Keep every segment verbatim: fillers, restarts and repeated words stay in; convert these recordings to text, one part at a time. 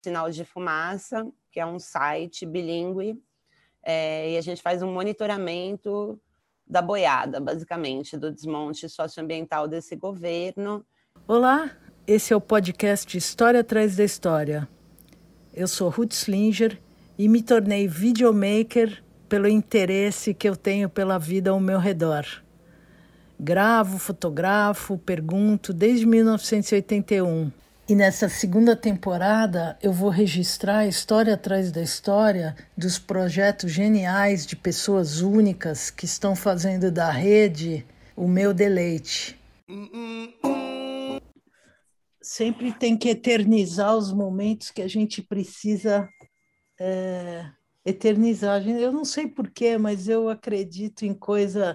Sinal de Fumaça, que é um site bilíngue, é, e a gente faz um monitoramento da boiada, basicamente, do desmonte socioambiental desse governo. Olá, esse é o podcast História Atrás da História. Eu sou Ruth Slinger e me tornei videomaker pelo interesse que eu tenho pela vida ao meu redor. Gravo, fotografo, pergunto desde mil novecentos e oitenta e um. E nessa segunda temporada eu vou registrar a história atrás da história dos projetos geniais de pessoas únicas que estão fazendo da rede o meu deleite. Sempre tem que eternizar os momentos que a gente precisa é, eternizar. Eu não sei porquê, mas eu acredito em coisa...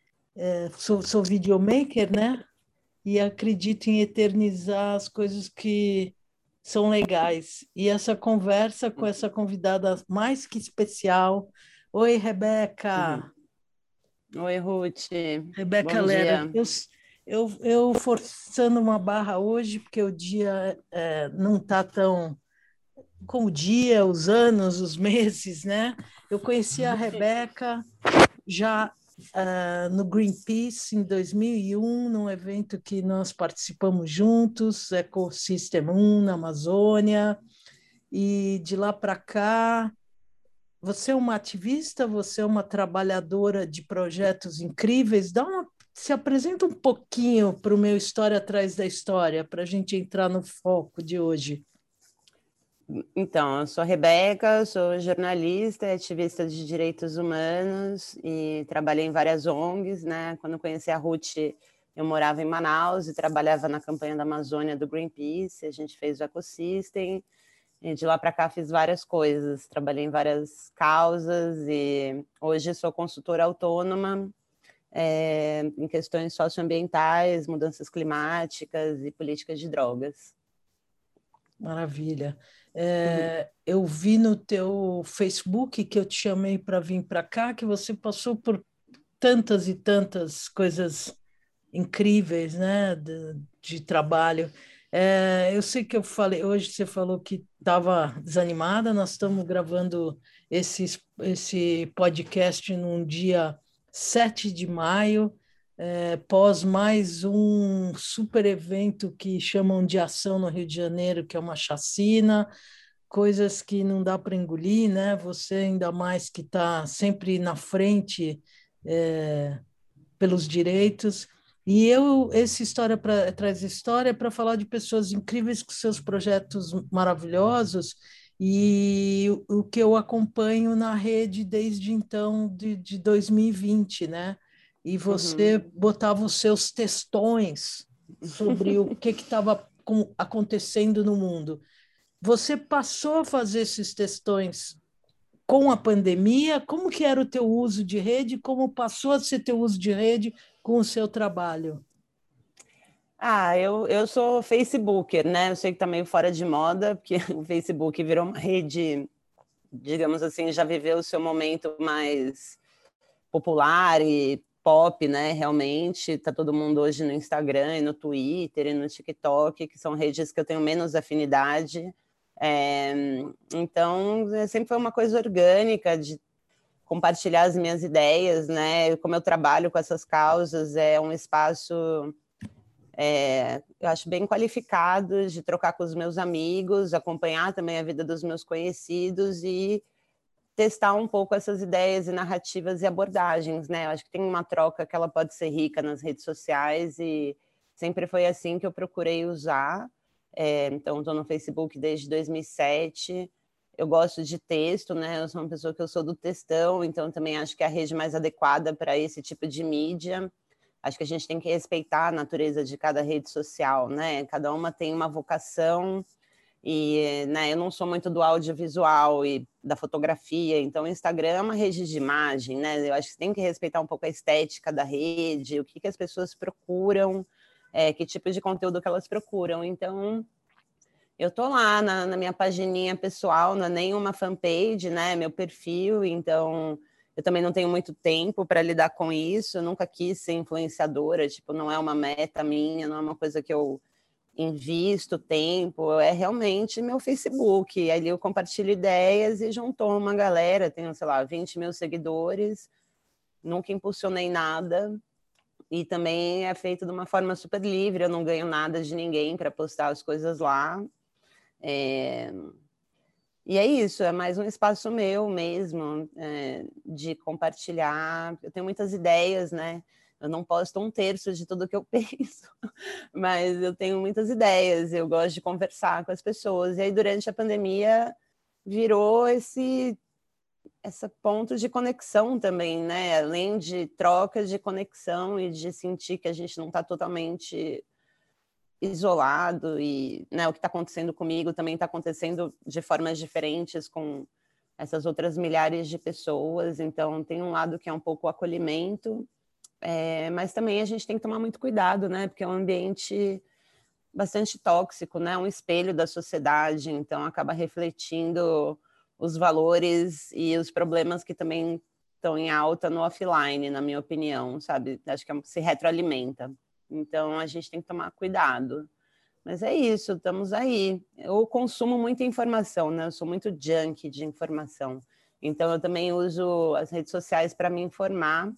É, sou, sou videomaker, né? E acredito em eternizar as coisas que são legais. E essa conversa com essa convidada mais que especial. Oi, Rebeca. Uhum. Oi, Ruth. Rebeca Bom Lera. dia. Eu, eu, eu forçando uma barra hoje, porque o dia é, não está tão... com o dia, os anos, os meses, né? Eu conheci a Rebeca já uh, no Greenpeace em dois mil e um, num evento que nós participamos juntos, Ecosystem um, na Amazônia, e de lá para cá, você é uma ativista, você é uma trabalhadora de projetos incríveis, dá uma, se apresenta um pouquinho para o meu História Atrás da História, para a gente entrar no foco de hoje. Então, eu sou a Rebeca, sou jornalista e ativista de direitos humanos e trabalhei em várias O N Gs, né? Quando eu conheci a Ruth, eu morava em Manaus e trabalhava na campanha da Amazônia do Greenpeace, a gente fez o Ecosystem, e de lá para cá fiz várias coisas, trabalhei em várias causas e hoje sou consultora autônoma é, em questões socioambientais, mudanças climáticas e políticas de drogas. Maravilha. É, eu vi no teu Facebook que eu te chamei para vir para cá, que você passou por tantas e tantas coisas incríveis, né, de, de trabalho. É, eu sei que eu falei, hoje você falou que estava desanimada, nós estamos gravando esse, esse podcast num dia sete de maio, é, pós mais um super evento que chamam de ação no Rio de Janeiro, que é uma chacina, coisas que não dá para engolir, né? Você ainda mais que está sempre na frente é, pelos direitos. E eu, essa história pra, traz história para falar de pessoas incríveis com seus projetos maravilhosos e o, o que eu acompanho na rede desde então, de, de dois mil e vinte, né? E você Uhum. botava os seus textões sobre o que estava acontecendo no mundo. Você passou a fazer esses textões com a pandemia? Como que era o teu uso de rede? Como passou a ser teu uso de rede com o seu trabalho? Ah, eu, eu sou Facebooker, né? Eu sei que tá meio fora de moda, porque o Facebook virou uma rede, digamos assim, já viveu o seu momento mais popular e pop, né? Realmente, tá todo mundo hoje no Instagram, e no Twitter e no TikTok, que são redes que eu tenho menos afinidade. É, então, sempre foi uma coisa orgânica de compartilhar as minhas ideias, né? Como eu trabalho com essas causas, é um espaço É, eu acho bem qualificado de trocar com os meus amigos, acompanhar também a vida dos meus conhecidos e testar um pouco essas ideias e narrativas e abordagens, né? Eu acho que tem uma troca que ela pode ser rica nas redes sociais e sempre foi assim que eu procurei usar. É, então, estou no Facebook desde dois mil e sete. Eu gosto de texto, né? Eu sou uma pessoa que eu sou do textão, então também acho que é a rede mais adequada para esse tipo de mídia. Acho que a gente tem que respeitar a natureza de cada rede social, né? Cada uma tem uma vocação e, né, eu não sou muito do audiovisual e da fotografia, então o Instagram é uma rede de imagem, né? Eu acho que você tem que respeitar um pouco a estética da rede, o que, que as pessoas procuram, é, que tipo de conteúdo que elas procuram. Então, eu tô lá na, na minha pagininha pessoal, não é nenhuma fanpage, né? Meu perfil, então eu também não tenho muito tempo para lidar com isso. Eu nunca quis ser influenciadora, tipo, não é uma meta minha, não é uma coisa que eu invisto tempo, é realmente meu Facebook. Ali eu compartilho ideias e juntou uma galera, tenho, sei lá, vinte mil seguidores, nunca impulsionei nada, e também é feito de uma forma super livre, eu não ganho nada de ninguém para postar as coisas lá. É... E é isso, é mais um espaço meu mesmo, é, de compartilhar. Eu tenho muitas ideias, né? Eu não posto um terço de tudo que eu penso, mas eu tenho muitas ideias, eu gosto de conversar com as pessoas. E aí, durante a pandemia, virou esse, esse ponto de conexão também, né? Além de troca de conexão e de sentir que a gente não está totalmente isolado, e, né, o que está acontecendo comigo também está acontecendo de formas diferentes com essas outras milhares de pessoas. Então, tem um lado que é um pouco o acolhimento, é, mas também a gente tem que tomar muito cuidado, né? Porque é um ambiente bastante tóxico, né? Um espelho da sociedade, então acaba refletindo os valores e os problemas que também estão em alta no offline, na minha opinião, sabe? Acho que se retroalimenta. Então, a gente tem que tomar cuidado. Mas é isso, estamos aí. Eu consumo muita informação, né? Eu sou muito junkie de informação. Então, eu também uso as redes sociais para me informar.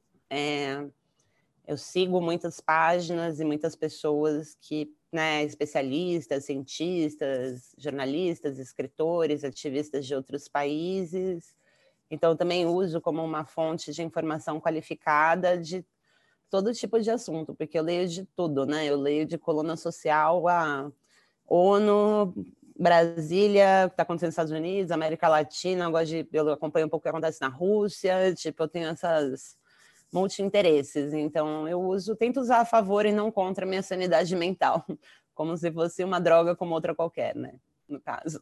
É, eu sigo muitas páginas e muitas pessoas que, né, especialistas, cientistas, jornalistas, escritores, ativistas de outros países. Então, eu também uso como uma fonte de informação qualificada de todo tipo de assunto, porque eu leio de tudo, né? Eu leio de coluna social a ONU, Brasília, o que está acontecendo nos Estados Unidos, América Latina, eu, gosto de, eu acompanho um pouco o que acontece na Rússia, tipo, eu tenho essas multi-interesses, então eu uso, tento usar a favor e não contra a minha sanidade mental, como se fosse uma droga como outra qualquer, né? No caso.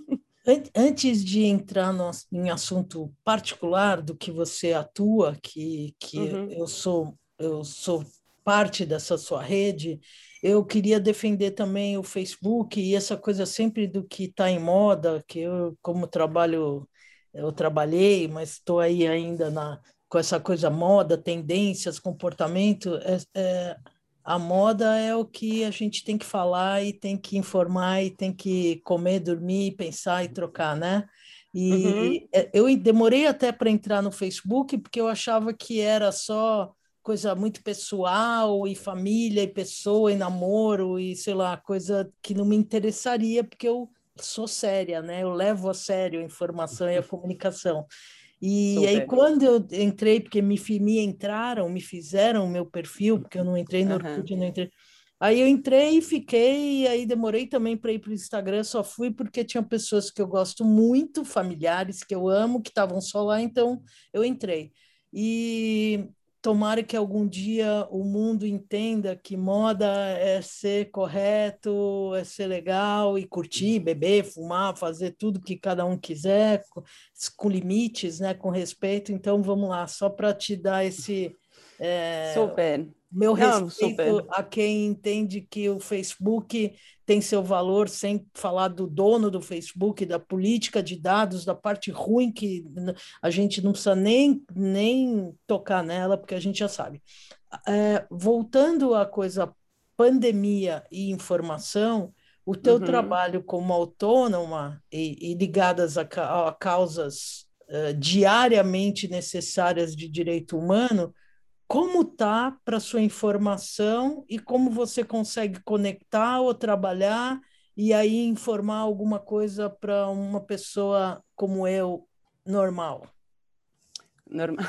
Antes de entrar no, em assunto particular do que você atua, que, que Uhum. eu sou eu sou parte dessa sua rede, eu queria defender também o Facebook e essa coisa sempre do que está em moda, que eu, como trabalho, eu trabalhei, mas estou aí ainda na, com essa coisa moda, tendências, comportamento, é, é, a moda é o que a gente tem que falar e tem que informar e tem que comer, dormir, pensar e trocar, né? Uhum. E eu demorei até para entrar no Facebook porque eu achava que era só coisa muito pessoal e família e pessoa e namoro e sei lá, coisa que não me interessaria porque eu sou séria, né? Eu levo a sério a informação e a comunicação. E aí, Super. quando eu entrei, porque me, me entraram, me fizeram o meu perfil, porque eu não entrei no Uhum. Orkut, não entrei. Aí eu entrei e fiquei, e aí demorei também para ir para o Instagram, só fui porque tinha pessoas que eu gosto muito, familiares que eu amo, que estavam só lá, então eu entrei. E tomara que algum dia o mundo entenda que moda é ser correto, é ser legal e curtir, beber, fumar, fazer tudo que cada um quiser, com, com limites, né, com respeito. Então vamos lá, só para te dar esse é, Super. meu Não, super. respeito a quem entende que o Facebook tem seu valor, sem falar do dono do Facebook, da política de dados, da parte ruim que a gente não precisa nem, nem tocar nela, porque a gente já sabe. É, voltando à coisa pandemia e informação, o teu Uhum. trabalho como autônoma e, e ligadas a, a causas uh, diariamente necessárias de direito humano, como tá para sua informação e como você consegue conectar ou trabalhar e aí informar alguma coisa para uma pessoa como eu, normal? Normal.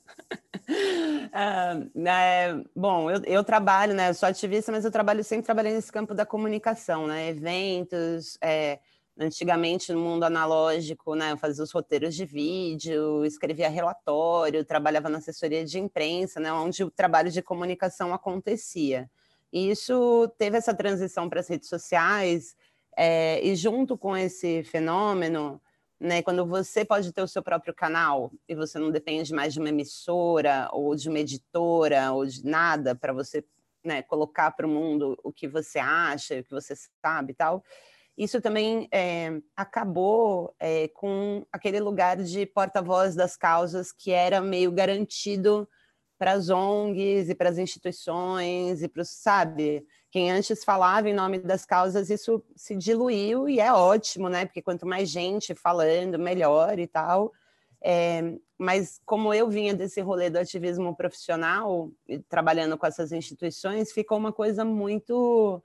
Ah, né, bom, eu, eu trabalho, né? Eu sou ativista, mas eu trabalho sempre trabalhei nesse campo da comunicação, né? Eventos, é, antigamente no mundo analógico, né? Eu fazia os roteiros de vídeo, escrevia relatório, trabalhava na assessoria de imprensa, né? Onde o trabalho de comunicação acontecia. E isso teve essa transição para as redes sociais, é, e junto com esse fenômeno, né, quando você pode ter o seu próprio canal e você não depende mais de uma emissora ou de uma editora ou de nada para você, né, colocar para o mundo o que você acha, o que você sabe e tal, isso também é, acabou é, com aquele lugar de porta-voz das causas que era meio garantido para as O N Gs e para as instituições e para os, sabe, quem antes falava em nome das causas, isso se diluiu e é ótimo, né? Porque quanto mais gente falando, melhor e tal. É, mas como eu vinha desse rolê do ativismo profissional, trabalhando com essas instituições, ficou uma coisa muito...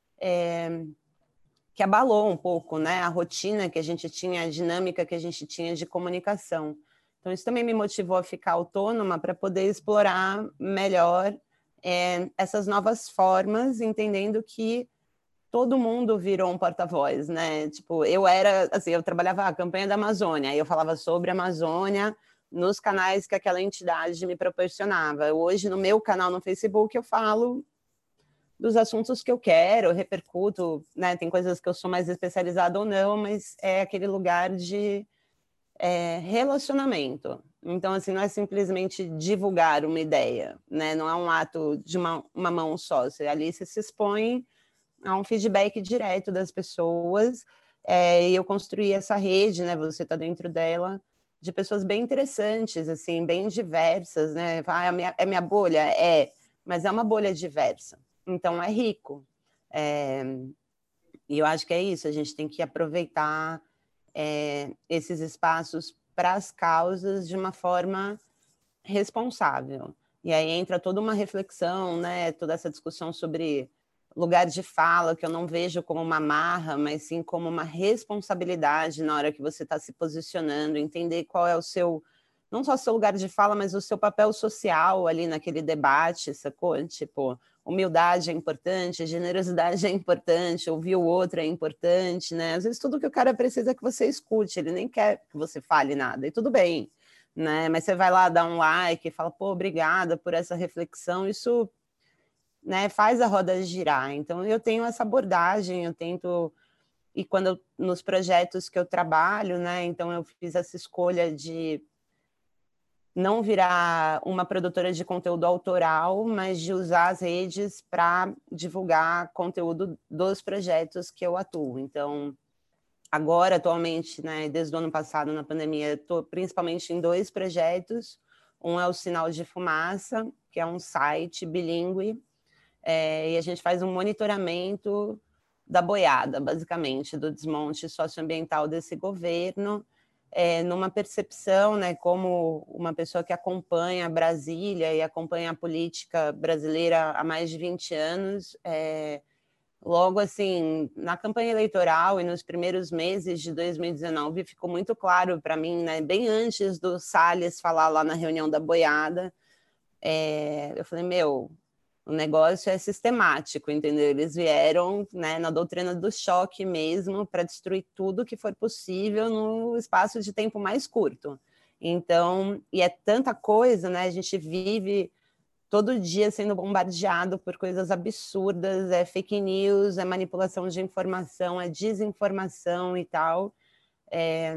É, que abalou um pouco, né? A rotina que a gente tinha, a dinâmica que a gente tinha de comunicação. Então, isso também me motivou a ficar autônoma para poder explorar melhor é, essas novas formas, entendendo que todo mundo virou um porta-voz, né? Tipo, eu era, assim, eu trabalhava a campanha da Amazônia, aí eu falava sobre a Amazônia nos canais que aquela entidade me proporcionava. Hoje, no meu canal no Facebook, eu falo dos assuntos que eu quero, eu repercuto, né? Tem coisas que eu sou mais especializada ou não, mas é aquele lugar de é, relacionamento. Então, assim, não é simplesmente divulgar uma ideia, né? Não é um ato de uma, uma mão só. Você, ali você se expõe a um feedback direto das pessoas, é, e eu construí essa rede, né? Você está dentro dela, de pessoas bem interessantes, assim, bem diversas, né? Ah, é minha, é minha bolha? É, mas é uma bolha diversa. Então, é rico. É, e eu acho que é isso, a gente tem que aproveitar é, esses espaços para as causas de uma forma responsável. E aí entra toda uma reflexão, né, toda essa discussão sobre lugar de fala, que eu não vejo como uma marra, mas sim como uma responsabilidade na hora que você está se posicionando, entender qual é o seu, não só o seu lugar de fala, mas o seu papel social ali naquele debate, sacou? Tipo, humildade é importante, generosidade é importante, ouvir o outro é importante, né? Às vezes tudo que o cara precisa é que você escute, ele nem quer que você fale nada, e tudo bem, né? Mas você vai lá dar um like e fala, pô, obrigada por essa reflexão, isso, né, faz a roda girar. Então eu tenho essa abordagem, eu tento, e quando eu, nos projetos que eu trabalho, né, então eu fiz essa escolha de não virar uma produtora de conteúdo autoral, mas de usar as redes para divulgar conteúdo dos projetos que eu atuo. Então, agora, atualmente, né, desde o ano passado, na pandemia, estou principalmente em dois projetos. Um é o Sinal de Fumaça, que é um site bilíngue, é, e a gente faz um monitoramento da boiada, basicamente, do desmonte socioambiental desse governo, é, numa percepção, né, como uma pessoa que acompanha Brasília e acompanha a política brasileira há mais de vinte anos, é, logo, assim, na campanha eleitoral e nos primeiros meses de dois mil e dezenove, ficou muito claro para mim, né, bem antes do Salles falar lá na reunião da boiada, é, eu falei, meu, o negócio é sistemático, entendeu? Eles vieram, né, na doutrina do choque mesmo, para destruir tudo que for possível no espaço de tempo mais curto. Então, e é tanta coisa, né? A gente vive todo dia sendo bombardeado por coisas absurdas, é fake news, é manipulação de informação, é desinformação e tal. É,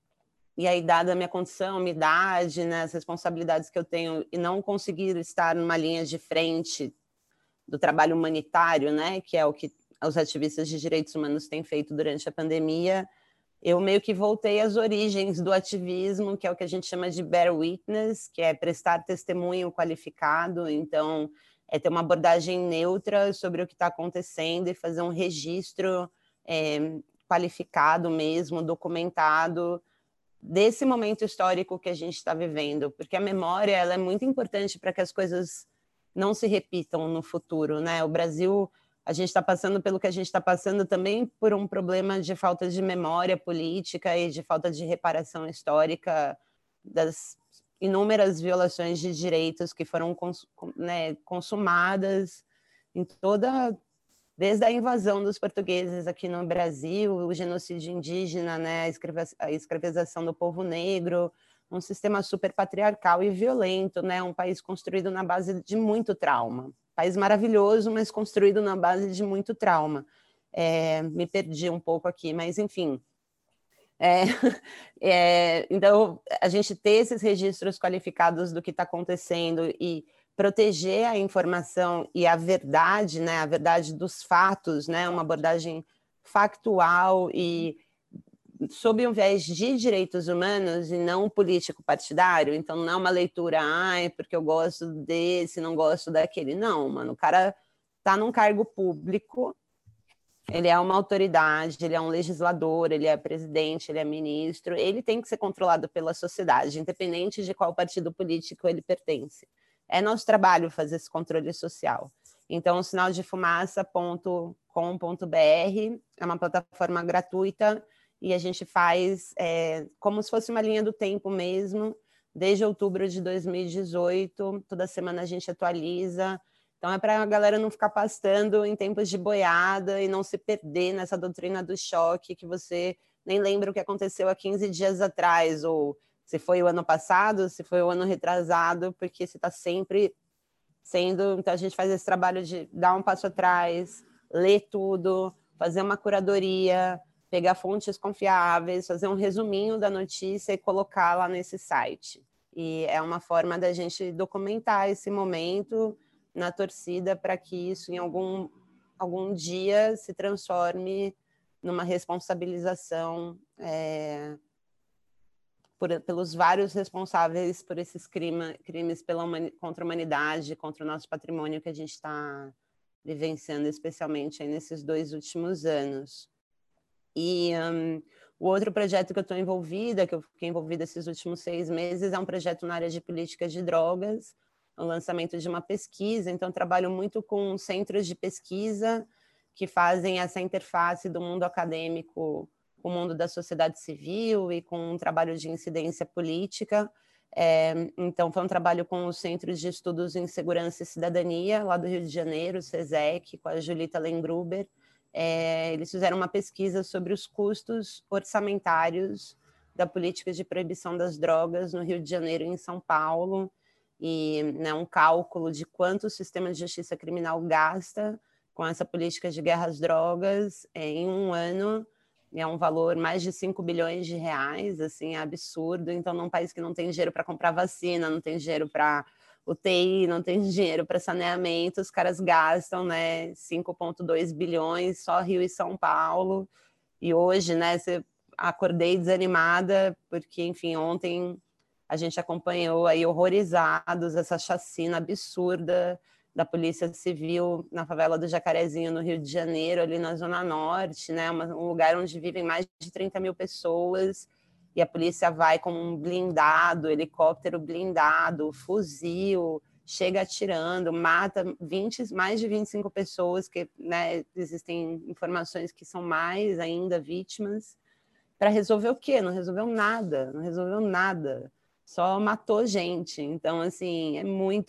e aí, dada a minha condição, minha idade, né, as responsabilidades que eu tenho, e não conseguir estar numa linha de frente do trabalho humanitário, né, que é o que os ativistas de direitos humanos têm feito durante a pandemia, eu meio que voltei às origens do ativismo, que é o que a gente chama de bear witness, que é prestar testemunho qualificado. Então, é ter uma abordagem neutra sobre o que está acontecendo e fazer um registro é, qualificado mesmo, documentado, desse momento histórico que a gente está vivendo, porque a memória ela é muito importante para que as coisas não se repitam no futuro, né? O Brasil, a gente está passando pelo que a gente está passando também por um problema de falta de memória política e de falta de reparação histórica das inúmeras violações de direitos que foram cons, né, consumadas em toda, desde a invasão dos portugueses aqui no Brasil, o genocídio indígena, né, a escravização do povo negro, um sistema super patriarcal e violento, né, um país construído na base de muito trauma. País maravilhoso, mas construído na base de muito trauma. É, me perdi um pouco aqui, mas enfim. É, é, então, a gente ter esses registros qualificados do que está acontecendo e proteger a informação e a verdade, né, a verdade dos fatos, né, uma abordagem factual e sob um viés de direitos humanos e não político partidário. Então não é uma leitura, ai, porque eu gosto desse, não gosto daquele. Não, mano, o cara está num cargo público, ele é uma autoridade, ele é um legislador, ele é presidente, ele é ministro, ele tem que ser controlado pela sociedade, independente de qual partido político ele pertence. É nosso trabalho fazer esse controle social. Então, o sinal de fumaça ponto com ponto b r é uma plataforma gratuita e a gente faz é, como se fosse uma linha do tempo mesmo, desde outubro de dois mil e dezoito, toda semana a gente atualiza. Então, é para a galera não ficar pastando em tempos de boiada e não se perder nessa doutrina do choque, que você nem lembra o que aconteceu há quinze dias atrás, ou se foi o ano passado, se foi o ano retrasado, porque você está sempre sendo... Então, a gente faz esse trabalho de dar um passo atrás, ler tudo, fazer uma curadoria, pegar fontes confiáveis, fazer um resuminho da notícia e colocar lá nesse site. E é uma forma da gente documentar esse momento na torcida para que isso em algum, algum dia se transforme numa responsabilização é, por, pelos vários responsáveis por esses crime, crimes pela contra a humanidade, contra o nosso patrimônio que a gente está vivenciando, especialmente aí nesses dois últimos anos. E um, o outro projeto que eu estou envolvida, que eu fiquei envolvida esses últimos seis meses, é um projeto na área de políticas de drogas, o lançamento de uma pesquisa. Então, trabalho muito com centros de pesquisa que fazem essa interface do mundo acadêmico com o mundo da sociedade civil e com um trabalho de incidência política. É, então, foi um trabalho com os Centros de Estudos em Segurança e Cidadania, lá do Rio de Janeiro, o SESEC, com a Julita Lengruber. É, eles fizeram uma pesquisa sobre os custos orçamentários da política de proibição das drogas no Rio de Janeiro e em São Paulo, e né, um cálculo de quanto o sistema de justiça criminal gasta com essa política de guerra às drogas é, em um ano. É um valor mais de cinco bilhões de reais, assim, é absurdo. Então, num país que não tem dinheiro para comprar vacina, não tem dinheiro para U T I, não tem dinheiro para saneamento, os caras gastam, né, cinco vírgula dois bilhões, só Rio e São Paulo. E hoje, né, você acordei desanimada, porque, enfim, ontem a gente acompanhou aí horrorizados essa chacina absurda da Polícia Civil na favela do Jacarezinho, no Rio de Janeiro, ali na Zona Norte, né, um lugar onde vivem mais de trinta mil pessoas, e a polícia vai com um blindado, helicóptero blindado, fuzil, chega atirando, mata vinte, mais de vinte e cinco pessoas, que né, existem informações que são mais ainda vítimas, para resolver o quê? Não resolveu nada, não resolveu nada, só matou gente. Então, assim, é muito...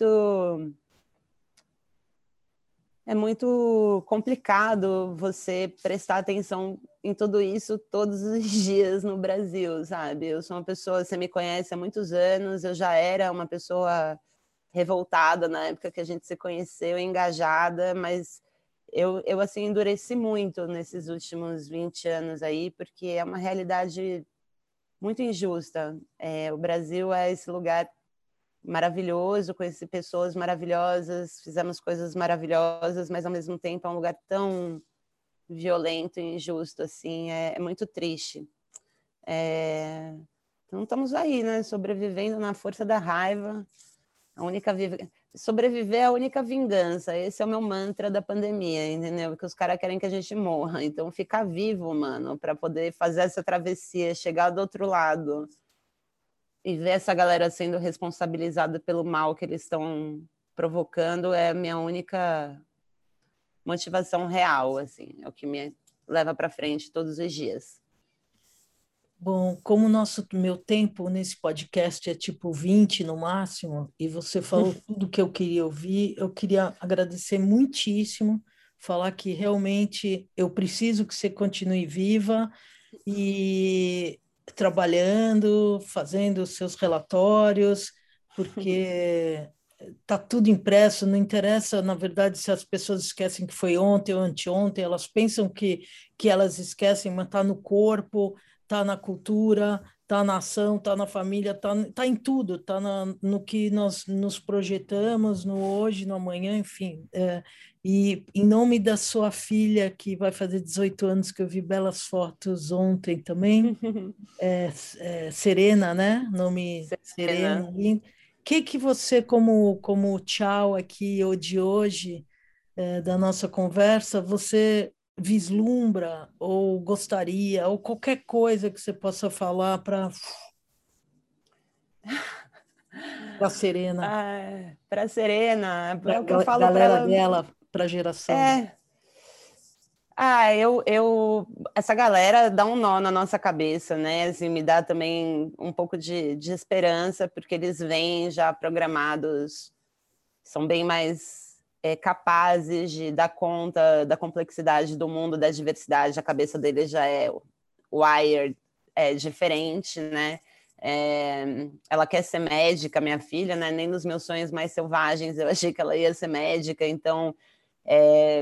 É muito complicado você prestar atenção em tudo isso todos os dias no Brasil, sabe? Eu sou uma pessoa, você me conhece há muitos anos, eu já era uma pessoa revoltada na época que a gente se conheceu, engajada, mas eu, eu assim, endureci muito nesses últimos vinte anos aí, porque é uma realidade muito injusta. É, o Brasil é esse lugar maravilhoso, conheci pessoas maravilhosas, fizemos coisas maravilhosas, mas ao mesmo tempo é um lugar tão violento e injusto, assim, é, é muito triste. É... Então estamos aí, né, sobrevivendo na força da raiva, a única vi... sobreviver é a única vingança, esse é o meu mantra da pandemia, entendeu? Porque os caras querem que a gente morra, então ficar vivo, mano, para poder fazer essa travessia, chegar do outro lado, e ver essa galera sendo responsabilizada pelo mal que eles estão provocando é a minha única motivação real, assim, é o que me leva para frente todos os dias. Bom, como o nosso meu tempo nesse podcast é tipo vinte no máximo, e você falou tudo que eu queria ouvir, eu queria agradecer muitíssimo, falar que realmente eu preciso que você continue viva e trabalhando, fazendo os seus relatórios, porque está tudo impresso, não interessa, na verdade, se as pessoas esquecem que foi ontem ou anteontem, elas pensam que, que elas esquecem, mas está no corpo, está na cultura, está na ação, está na família, está tá em tudo, está no que nós nos projetamos, no hoje, no amanhã, enfim. É, e em nome da sua filha, que vai fazer dezoito anos, que eu vi belas fotos ontem também, é, é, Serena, né? Nome Serena, Serena. lindo. O que que você, como, como tchau aqui, ou de hoje, é, da nossa conversa, você vislumbra ou gostaria, ou qualquer coisa que você possa falar para a Serena, Ah, para Serena, para é o que eu a falo para galera ela. dela, para a geração. É. Ah, eu, eu, essa galera dá um nó na nossa cabeça, né? Assim, me dá também um pouco de, de esperança, porque eles vêm já programados, são bem mais é, capazes de dar conta da complexidade do mundo, da diversidade. A cabeça deles já é wired, é diferente, né? É, ela quer ser médica, minha filha, né? Nem nos meus sonhos mais selvagens eu achei que ela ia ser médica, então é,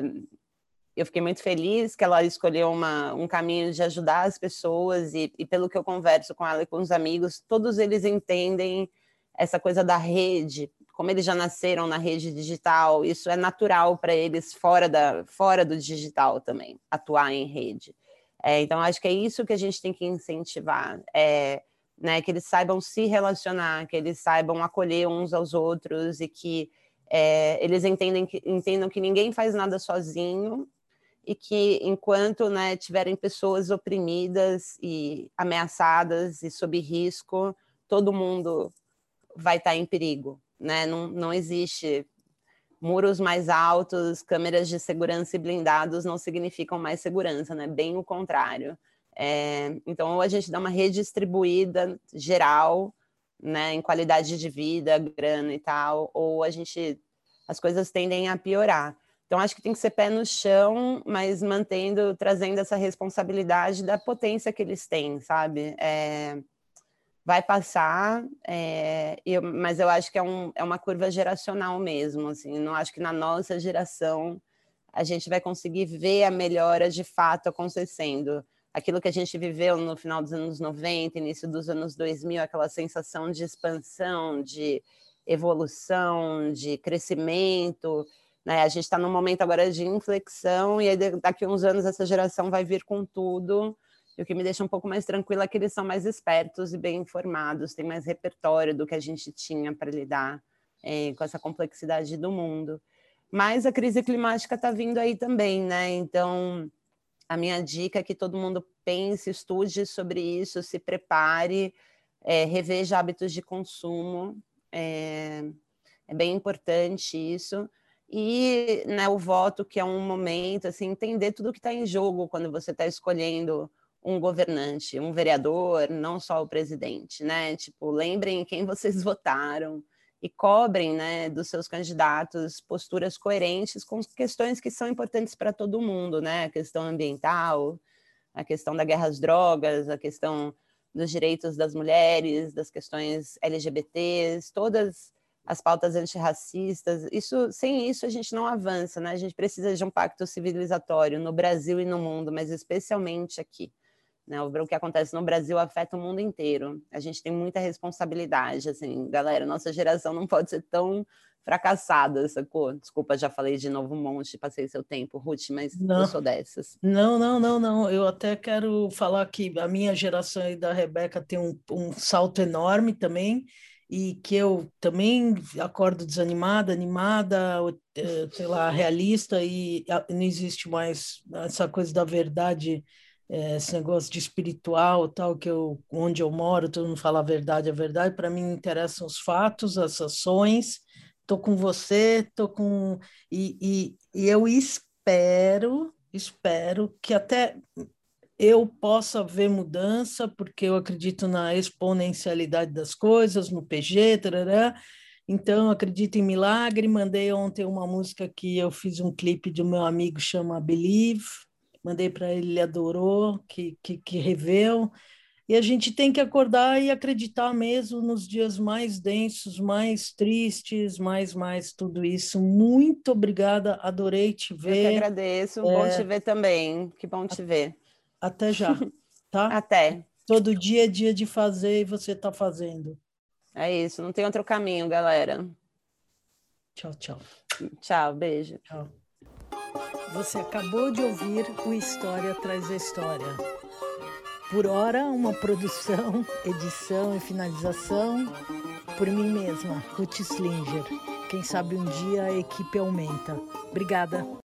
eu fiquei muito feliz que ela escolheu uma, um caminho de ajudar as pessoas e, e pelo que eu converso com ela e com os amigos, todos eles entendem essa coisa da rede, como eles já nasceram na rede digital, isso é natural para eles fora, da, fora do digital também, atuar em rede. É, então, acho que é isso que a gente tem que incentivar, é, né, que eles saibam se relacionar, que eles saibam acolher uns aos outros e que é, eles entendem que, entendam que ninguém faz nada sozinho e que enquanto, né, tiverem pessoas oprimidas e ameaçadas e sob risco, todo mundo vai estar em perigo, né? Não, não existe muros mais altos, câmeras de segurança e blindados não significam mais segurança, né? Bem o contrário. É, então, ou a gente dá uma redistribuída geral, né, em qualidade de vida, grana e tal, ou a gente as coisas tendem a piorar. Então, acho que tem que ser pé no chão, mas mantendo, trazendo essa responsabilidade da potência que eles têm, sabe? É, vai passar, é, eu, mas eu acho que é, um, é uma curva geracional mesmo, assim, não acho que na nossa geração a gente vai conseguir ver a melhora de fato acontecendo. Aquilo que a gente viveu no final dos anos noventa, início dos anos dois mil, aquela sensação de expansão, de evolução, de crescimento, né? A gente está num momento agora de inflexão e aí daqui a uns anos essa geração vai vir com tudo. E o que me deixa um pouco mais tranquila é que eles são mais espertos e bem informados, têm mais repertório do que a gente tinha para lidar é, com essa complexidade do mundo. Mas a crise climática está vindo aí também, né? Então, a minha dica é que todo mundo pense, estude sobre isso, se prepare, é, reveja hábitos de consumo. É, é bem importante isso. E né, o voto, que é um momento, assim, entender tudo que está em jogo quando você está escolhendo um governante, um vereador, não só o presidente, né? Tipo, lembrem quem vocês votaram e cobrem, né, dos seus candidatos posturas coerentes com questões que são importantes para todo mundo, né? A questão ambiental, a questão da guerra às drogas, a questão dos direitos das mulheres, das questões L G B Ts, todas as pautas antirracistas. Isso, sem isso a gente não avança, né? A gente precisa de um pacto civilizatório no Brasil e no mundo, mas especialmente aqui. Né? O que acontece no Brasil afeta o mundo inteiro. A gente tem muita responsabilidade, assim, galera, nossa geração não pode ser tão fracassada, sacou? Desculpa, já falei de novo um monte, passei seu tempo, Ruth, mas eu Não, sou dessas. não, não, não, não. Eu até quero falar que a minha geração e da Rebeca tem um, um salto enorme também, e que eu também acordo desanimada, animada, eh, sei lá, realista, e ah, não existe mais essa coisa da verdade, eh, esse negócio de espiritual, tal, que eu, onde eu moro, todo mundo fala a verdade, a verdade. Para mim interessam os fatos, as ações. Tô com você, tô com e, e, e eu espero, espero que até eu possa ver mudança, porque eu acredito na exponencialidade das coisas, no P G, tarará. Então, acredito em milagre. Mandei ontem uma música que eu fiz um clipe do meu amigo, chama Believe. Mandei para ele, ele adorou, que, que, que reveu. E a gente tem que acordar e acreditar mesmo nos dias mais densos, mais tristes, mais, mais tudo isso. Muito obrigada, adorei te Eu que ver. agradeço, bom te É, ver também, que bom te ver. até já, tá? Até. Todo dia é dia de fazer e você está fazendo. É isso, não tem outro caminho, galera. Tchau, tchau. Tchau, beijo. Tchau. Você acabou de ouvir o História Traz a História. Por hora, uma produção, edição e finalização por mim mesma, Ruth Slinger. Quem sabe um dia a equipe aumenta. Obrigada.